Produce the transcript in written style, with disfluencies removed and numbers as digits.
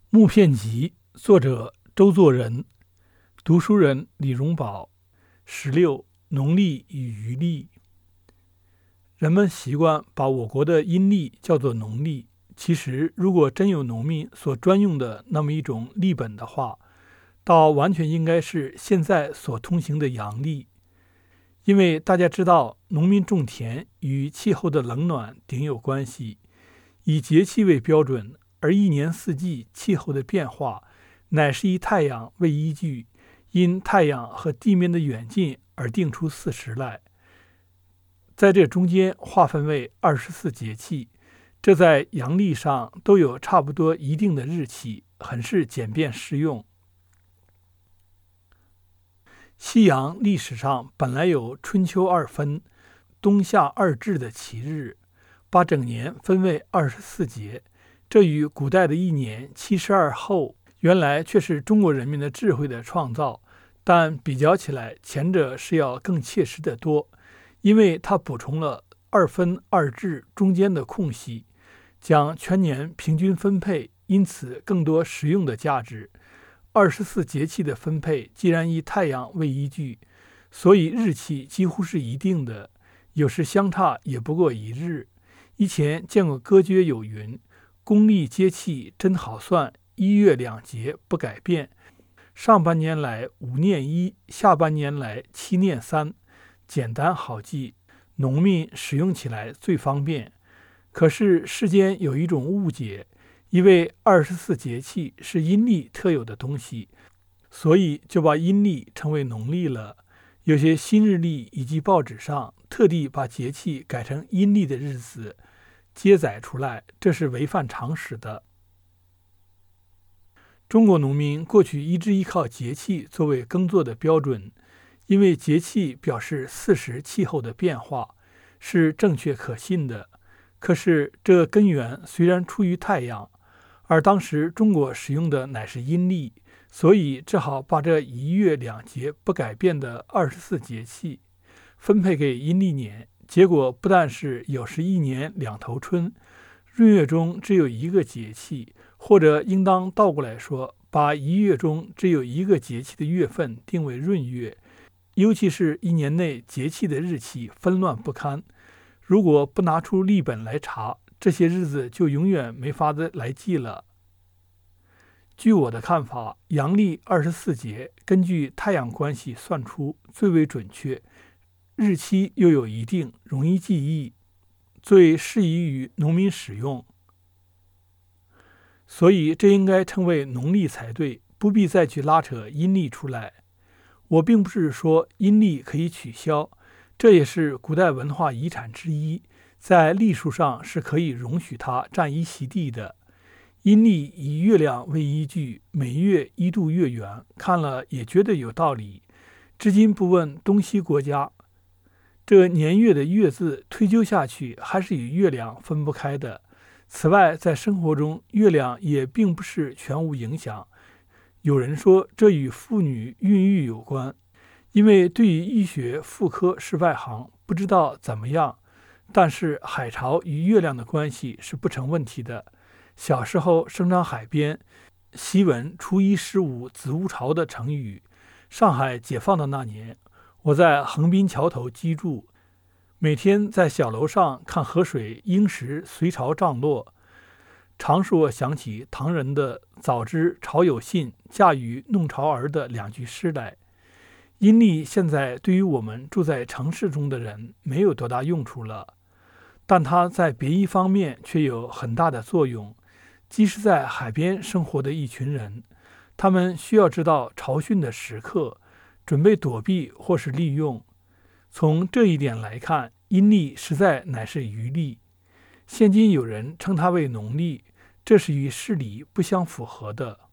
木片集，作者周作人，读书人李荣宝。16. 农历与余历。人们习惯把我国的阴历叫做农历，其实如果真有农民所专用的那么一种历本的话，倒完全应该是现在所通行的阳历。因为大家知道，农民种田与气候的冷暖顶有关系，以节气为标准，而一年四季气候的变化乃是以太阳为依据，因太阳和地面的远近而定出四时来，在这中间划分为24节气，这在阳历上都有差不多一定的日期，很是简便适用。西洋历史上本来有春秋二分、冬夏二至的奇日，把整年分为24节，这与古代的一年72后原来却是中国人民的智慧的创造，但比较起来，前者是要更切实得多，因为它补充了二分二至中间的空隙，将全年平均分配，因此更多实用的价值。24节气的分配既然以太阳为依据，所以日期几乎是一定的，有时相差也不过一日。以前见过歌诀有云：公历节气真好算，1月2节不改变，上半年来5念1，下半年来7念3，简单好记，农民使用起来最方便。可是世间有一种误解，因为24节气是阴历特有的东西，所以就把阴历称为农历了。有些新日历以及报纸上特地把节气改成阴历的日子接载出来，这是违反常识的。中国农民过去一直依靠节气作为耕作的标准，因为节气表示四时气候的变化，是正确可信的。可是这根源虽然出于太阳，而当时中国使用的乃是阴历，所以只好把这1月2节不改变的24节气分配给阴历年。结果不但是有时一年2头春，闰月中只有一个节气，或者应当倒过来说，把1月中只有一个节气的月份定为闰月，尤其是一年内节气的日期纷乱不堪，如果不拿出历本来查，这些日子就永远没法子来记了。据我的看法，阳历24节根据太阳关系算出最为准确，日期又有一定，容易记忆，最适宜于农民使用，所以这应该称为农历才对，不必再去拉扯阴历出来。我并不是说阴历可以取消，这也是古代文化遗产之一，在历书上是可以容许它占一席地的。阴历以月亮为依据，每月1度月圆，看了也觉得有道理。至今不问东西国家，这年月的月字推究下去，还是与月亮分不开的。此外，在生活中，月亮也并不是全无影响。有人说这与妇女孕育有关，因为对于医学妇科是外行，不知道怎么样，但是海潮与月亮的关系是不成问题的。小时候生长海边，习闻初一十五子午潮的成语。上海解放的那年，我在横滨桥头居住，每天在小楼上看河水应时随潮涨落，常使我想起唐人的早知潮有信，驾雨弄潮儿的2句诗来。阴历现在对于我们住在城市中的人没有多大用处了，但它在别一方面却有很大的作用。即使在海边生活的一群人，他们需要知道潮汛的时刻，准备躲避或是利用。从这一点来看，阴历实在乃是余历。现今有人称它为农历，这是与事理不相符合的。